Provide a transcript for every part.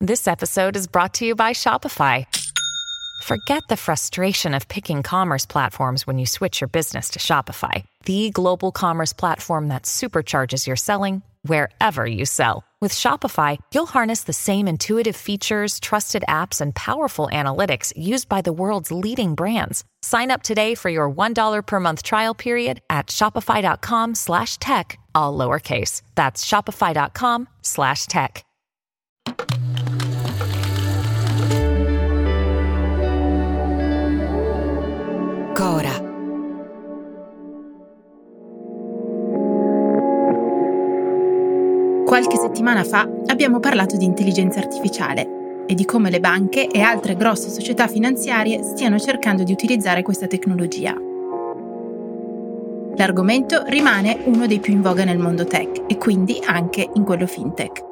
This episode is brought to you by Shopify. Forget the frustration of picking commerce platforms when you switch your business to Shopify, the global commerce platform that supercharges your selling wherever you sell. With Shopify, you'll harness the same intuitive features, trusted apps, and powerful analytics used by the world's leading brands. Sign up today for your $1 per month trial period at shopify.com/tech, all lowercase. That's shopify.com/tech. Cora. Qualche settimana fa abbiamo parlato di intelligenza artificiale e di come le banche e altre grosse società finanziarie stiano cercando di utilizzare questa tecnologia. L'argomento rimane uno dei più in voga nel mondo tech e quindi anche in quello fintech.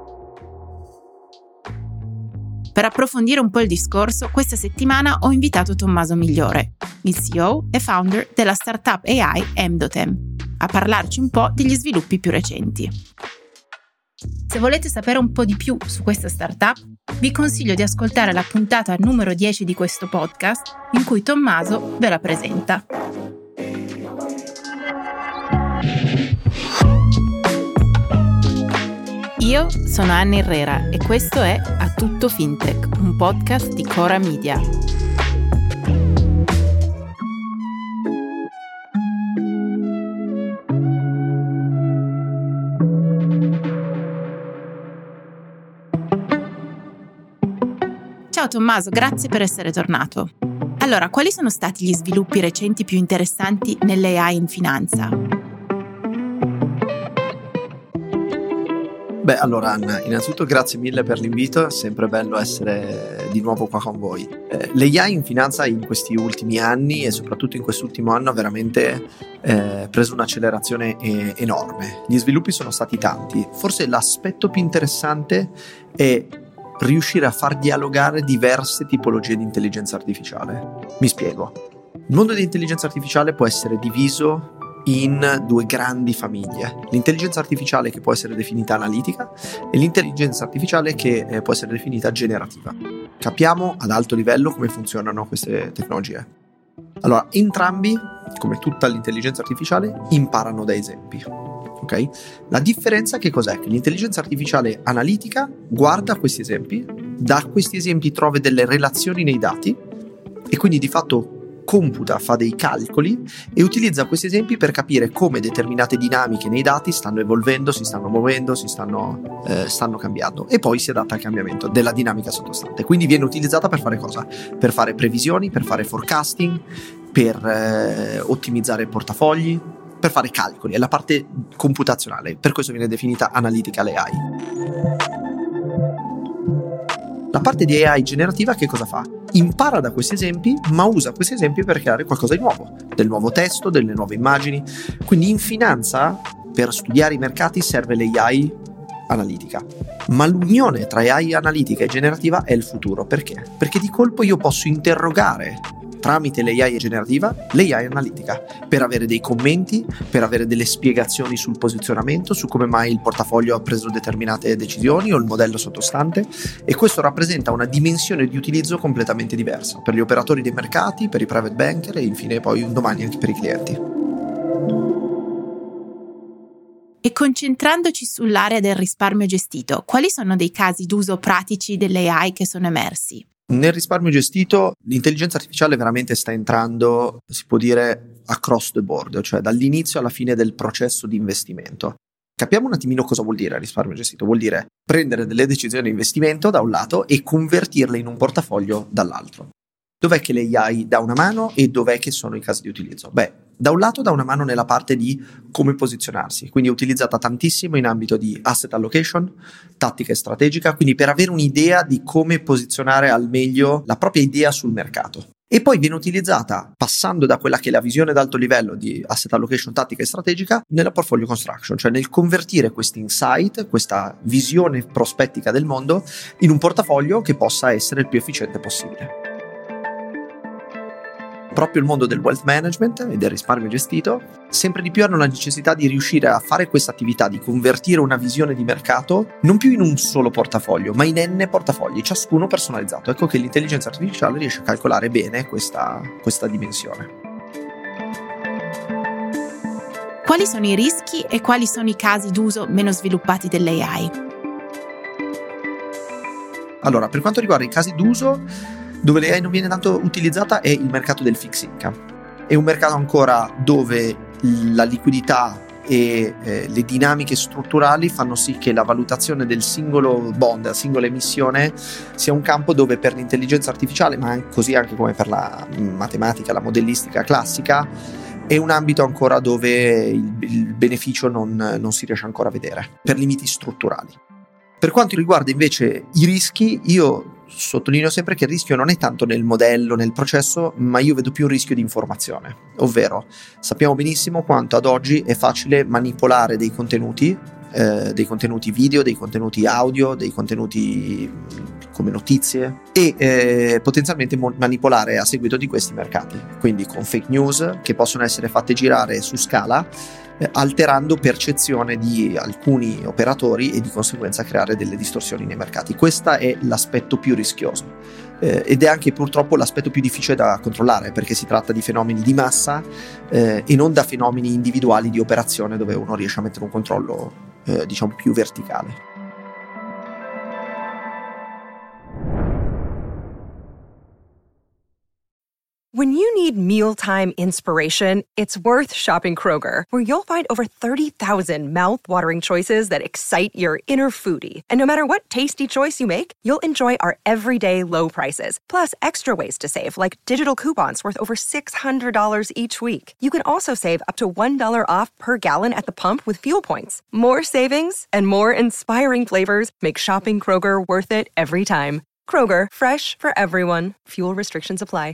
Per approfondire un po' il discorso, questa settimana ho invitato Tommaso Migliore, il CEO e founder della startup AI Emdotem, a parlarci un po' degli sviluppi più recenti. Se volete sapere un po' di più su questa startup, vi consiglio di ascoltare la puntata numero 10 di questo podcast, in cui Tommaso ve la presenta. Io sono Anna Herrera e questo è A Tutto Fintech, un podcast di Cora Media. Ciao Tommaso, grazie per essere tornato. Allora, quali sono stati gli sviluppi recenti più interessanti nell'AI in finanza? Beh, allora Anna, innanzitutto grazie mille per l'invito, è sempre bello essere di nuovo qua con voi. L'AI in finanza in questi ultimi anni e soprattutto in quest'ultimo anno ha veramente preso un'accelerazione enorme. Gli sviluppi sono stati tanti, forse l'aspetto più interessante è riuscire a far dialogare diverse tipologie di intelligenza artificiale. Mi spiego. Il mondo di intelligenza artificiale può essere diviso in due grandi famiglie: l'intelligenza artificiale che può essere definita analitica e l'intelligenza artificiale che può essere definita generativa. Capiamo ad alto livello come funzionano queste tecnologie. Allora, entrambi, come tutta l'intelligenza artificiale, imparano da esempi. Ok? La differenza che cos'è? Che l'intelligenza artificiale analitica guarda questi esempi, da questi esempi trova delle relazioni nei dati e quindi di fatto computa, fa dei calcoli e utilizza questi esempi per capire come determinate dinamiche nei dati stanno evolvendo, si stanno muovendo, stanno cambiando, e poi si adatta al cambiamento della dinamica sottostante. Quindi viene utilizzata per fare cosa? Per fare previsioni, per fare forecasting, per ottimizzare portafogli, per fare calcoli, è la parte computazionale, per questo viene definita analytical AI. La parte di AI generativa che cosa fa? Impara da questi esempi, ma usa questi esempi per creare qualcosa di nuovo, del nuovo testo, delle nuove immagini. Quindi in finanza, per studiare i mercati, serve l'AI analitica. Ma l'unione tra AI analitica e generativa è il futuro. Perché? Perché di colpo io posso interrogare tramite l'AI generativa l'AI analitica per avere dei commenti, per avere delle spiegazioni sul posizionamento, su come mai il portafoglio ha preso determinate decisioni o il modello sottostante, e questo rappresenta una dimensione di utilizzo completamente diversa per gli operatori dei mercati, per i private banker e infine poi un domani anche per i clienti. E concentrandoci sull'area del risparmio gestito, quali sono dei casi d'uso pratici dell'AI che sono emersi? Nel risparmio gestito l'intelligenza artificiale veramente sta entrando, si può dire, across the board, cioè dall'inizio alla fine del processo di investimento. Capiamo un attimino cosa vuol dire risparmio gestito. Vuol dire prendere delle decisioni di investimento da un lato e convertirle in un portafoglio dall'altro. Dov'è che l'AI dà una mano e dov'è che sono i casi di utilizzo? Beh, da un lato dà una mano nella parte di come posizionarsi, quindi è utilizzata tantissimo in ambito di asset allocation, tattica e strategica, quindi per avere un'idea di come posizionare al meglio la propria idea sul mercato. E poi viene utilizzata, passando da quella che è la visione ad alto livello di asset allocation, tattica e strategica, nella portfolio construction, cioè nel convertire questi insight, questa visione prospettica del mondo, in un portafoglio che possa essere il più efficiente possibile. proprio il mondo del wealth management e del risparmio gestito, sempre di più hanno la necessità di riuscire a fare questa attività, di convertire una visione di mercato non più in un solo portafoglio, ma in n portafogli, ciascuno personalizzato. Ecco che l'intelligenza artificiale riesce a calcolare bene questa dimensione. Quali sono i rischi e quali sono i casi d'uso meno sviluppati dell'AI? Allora, per quanto riguarda i casi d'uso, dove l'AI non viene tanto utilizzata è il mercato del fixed income. È un mercato ancora dove la liquidità e le dinamiche strutturali fanno sì che la valutazione del singolo bond, la singola emissione, sia un campo dove per l'intelligenza artificiale, ma così anche come per la matematica, la modellistica classica, è un ambito ancora dove il beneficio non si riesce ancora a vedere, per limiti strutturali. Per quanto riguarda invece i rischi, io sottolineo sempre che il rischio non è tanto nel modello, nel processo, ma io vedo più un rischio di informazione. Ovvero, sappiamo benissimo quanto ad oggi è facile manipolare dei contenuti video, dei contenuti audio, dei contenuti come notizie e potenzialmente manipolare a seguito di questi mercati. Quindi con fake news che possono essere fatte girare su scala, alterando percezione di alcuni operatori e di conseguenza creare delle distorsioni nei mercati. Questo è l'aspetto più rischioso ed è anche purtroppo l'aspetto più difficile da controllare, perché si tratta di fenomeni di massa e non da fenomeni individuali di operazione dove uno riesce a mettere un controllo diciamo più verticale. When you need mealtime inspiration, it's worth shopping Kroger, where you'll find over 30,000 mouth-watering choices that excite your inner foodie. And no matter what tasty choice you make, you'll enjoy our everyday low prices, plus extra ways to save, like digital coupons worth over $600 each week. You can also save up to $1 off per gallon at the pump with fuel points. More savings and more inspiring flavors make shopping Kroger worth it every time. Kroger, fresh for everyone. Fuel restrictions apply.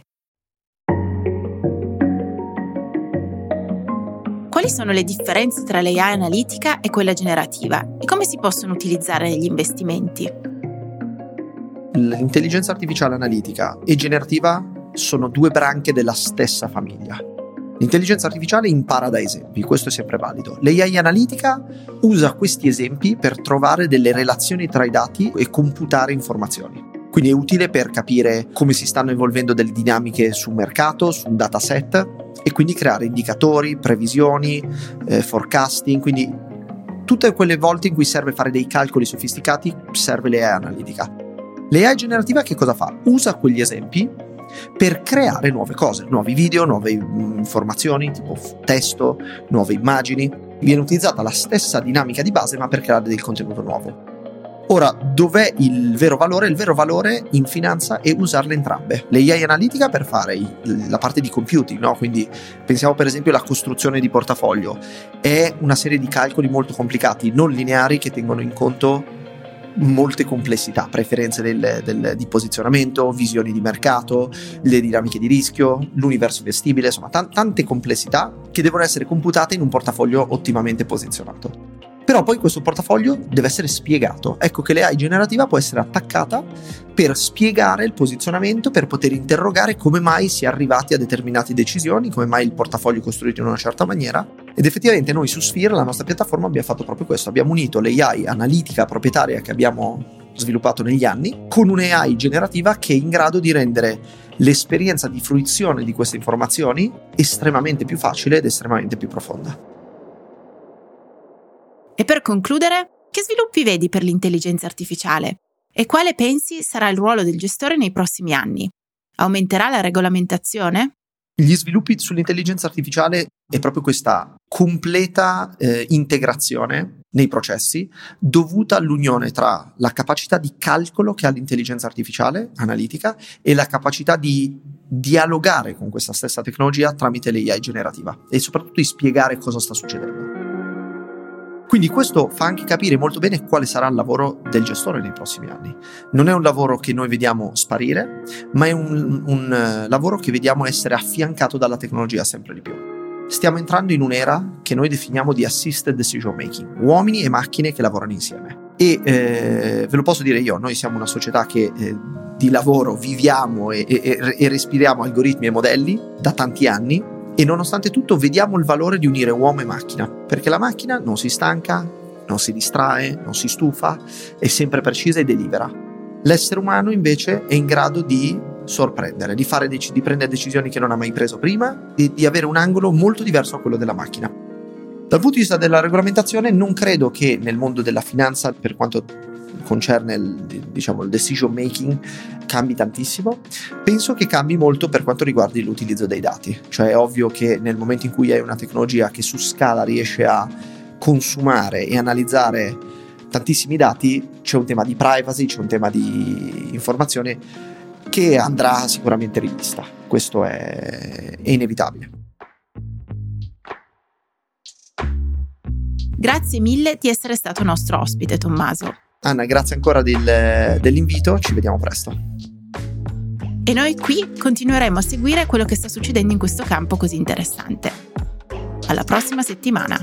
Quali sono le differenze tra l'AI analitica e quella generativa e come si possono utilizzare negli investimenti? L'intelligenza artificiale analitica e generativa sono due branche della stessa famiglia. L'intelligenza artificiale impara da esempi, questo è sempre valido. L'AI analitica usa questi esempi per trovare delle relazioni tra i dati e computare informazioni. Quindi è utile per capire come si stanno evolvendo delle dinamiche su un mercato, su un dataset e quindi creare indicatori, previsioni, forecasting. Quindi tutte quelle volte in cui serve fare dei calcoli sofisticati serve l'AI analitica. L'AI generativa che cosa fa? Usa quegli esempi per creare nuove cose, nuovi video, nuove informazioni tipo testo, nuove immagini. Viene utilizzata la stessa dinamica di base ma per creare del contenuto nuovo. Ora, dov'è il vero valore? Il vero valore in finanza è usarle entrambe. L'AI analitica per fare la parte di computing, no? Quindi pensiamo per esempio alla costruzione di portafoglio. È una serie di calcoli molto complicati, non lineari, che tengono in conto molte complessità, preferenze di posizionamento, visioni di mercato, le dinamiche di rischio, l'universo vestibile, insomma tante complessità che devono essere computate in un portafoglio ottimamente posizionato. Però poi questo portafoglio deve essere spiegato. Ecco che l'AI generativa può essere attaccata per spiegare il posizionamento, per poter interrogare come mai si è arrivati a determinate decisioni, come mai il portafoglio è costruito in una certa maniera. Ed effettivamente noi su Sphere, la nostra piattaforma, abbiamo fatto proprio questo. Abbiamo unito l'AI analitica proprietaria che abbiamo sviluppato negli anni con un'AI generativa che è in grado di rendere l'esperienza di fruizione di queste informazioni estremamente più facile ed estremamente più profonda. E per concludere, che sviluppi vedi per l'intelligenza artificiale? E quale pensi sarà il ruolo del gestore nei prossimi anni? Aumenterà la regolamentazione? Gli sviluppi sull'intelligenza artificiale è proprio questa completa integrazione nei processi dovuta all'unione tra la capacità di calcolo che ha l'intelligenza artificiale analitica e la capacità di dialogare con questa stessa tecnologia tramite l'AI generativa e soprattutto di spiegare cosa sta succedendo. Quindi questo fa anche capire molto bene quale sarà il lavoro del gestore nei prossimi anni. Non è un lavoro che noi vediamo sparire, ma è un lavoro che vediamo essere affiancato dalla tecnologia sempre di più. Stiamo entrando in un'era che noi definiamo di assisted decision making, uomini e macchine che lavorano insieme. E ve lo posso dire io, noi siamo una società che di lavoro viviamo e respiriamo algoritmi e modelli da tanti anni, e nonostante tutto vediamo il valore di unire uomo e macchina, perché la macchina non si stanca, non si distrae, non si stufa, è sempre precisa e delibera. L'essere umano invece è in grado di sorprendere, di prendere decisioni che non ha mai preso prima, di avere un angolo molto diverso a quello della macchina. Dal punto di vista della regolamentazione, non credo che nel mondo della finanza, per quanto concerne il decision making, cambi tantissimo. Penso che cambi molto per quanto riguarda l'utilizzo dei dati. Cioè è ovvio che nel momento in cui hai una tecnologia che su scala riesce a consumare e analizzare tantissimi dati, c'è un tema di privacy, c'è un tema di informazione che andrà sicuramente rivista. Questo è inevitabile. Grazie mille di essere stato nostro ospite, Tommaso. Anna, grazie ancora dell'invito, ci vediamo presto. E noi qui continueremo a seguire quello che sta succedendo in questo campo così interessante. Alla prossima settimana!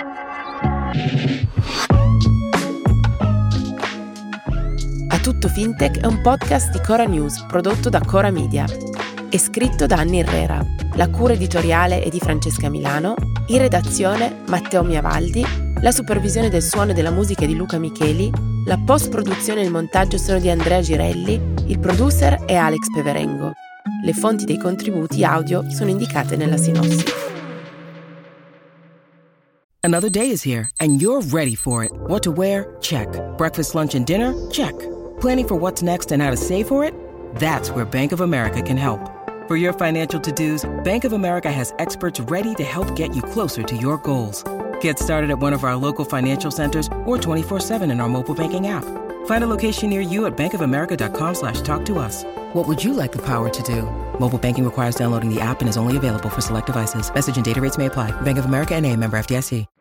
A Tutto Fintech è un podcast di Cora News prodotto da Cora Media. È scritto da Anni Herrera. La cura editoriale è di Francesca Milano, in redazione Matteo Miavaldi, la supervisione del suono e della musica è di Luca Micheli, la post-produzione e il montaggio sono di Andrea Girelli, il producer è Alex Peverengo. Le fonti dei contributi audio sono indicate nella sinossi. Another day is here and you're ready for it. What to wear? Check. Breakfast, lunch, and dinner? Check. Planning for what's next and how to save for it? That's where Bank of America can help. For your financial to-dos, Bank of America has experts ready to help get you closer to your goals. Get started at one of our local financial centers or 24/7 in our mobile banking app. Find a location near you at bankofamerica.com/talktous. What would you like the power to do? Mobile banking requires downloading the app and is only available for select devices. Message and data rates may apply. Bank of America NA, member FDIC.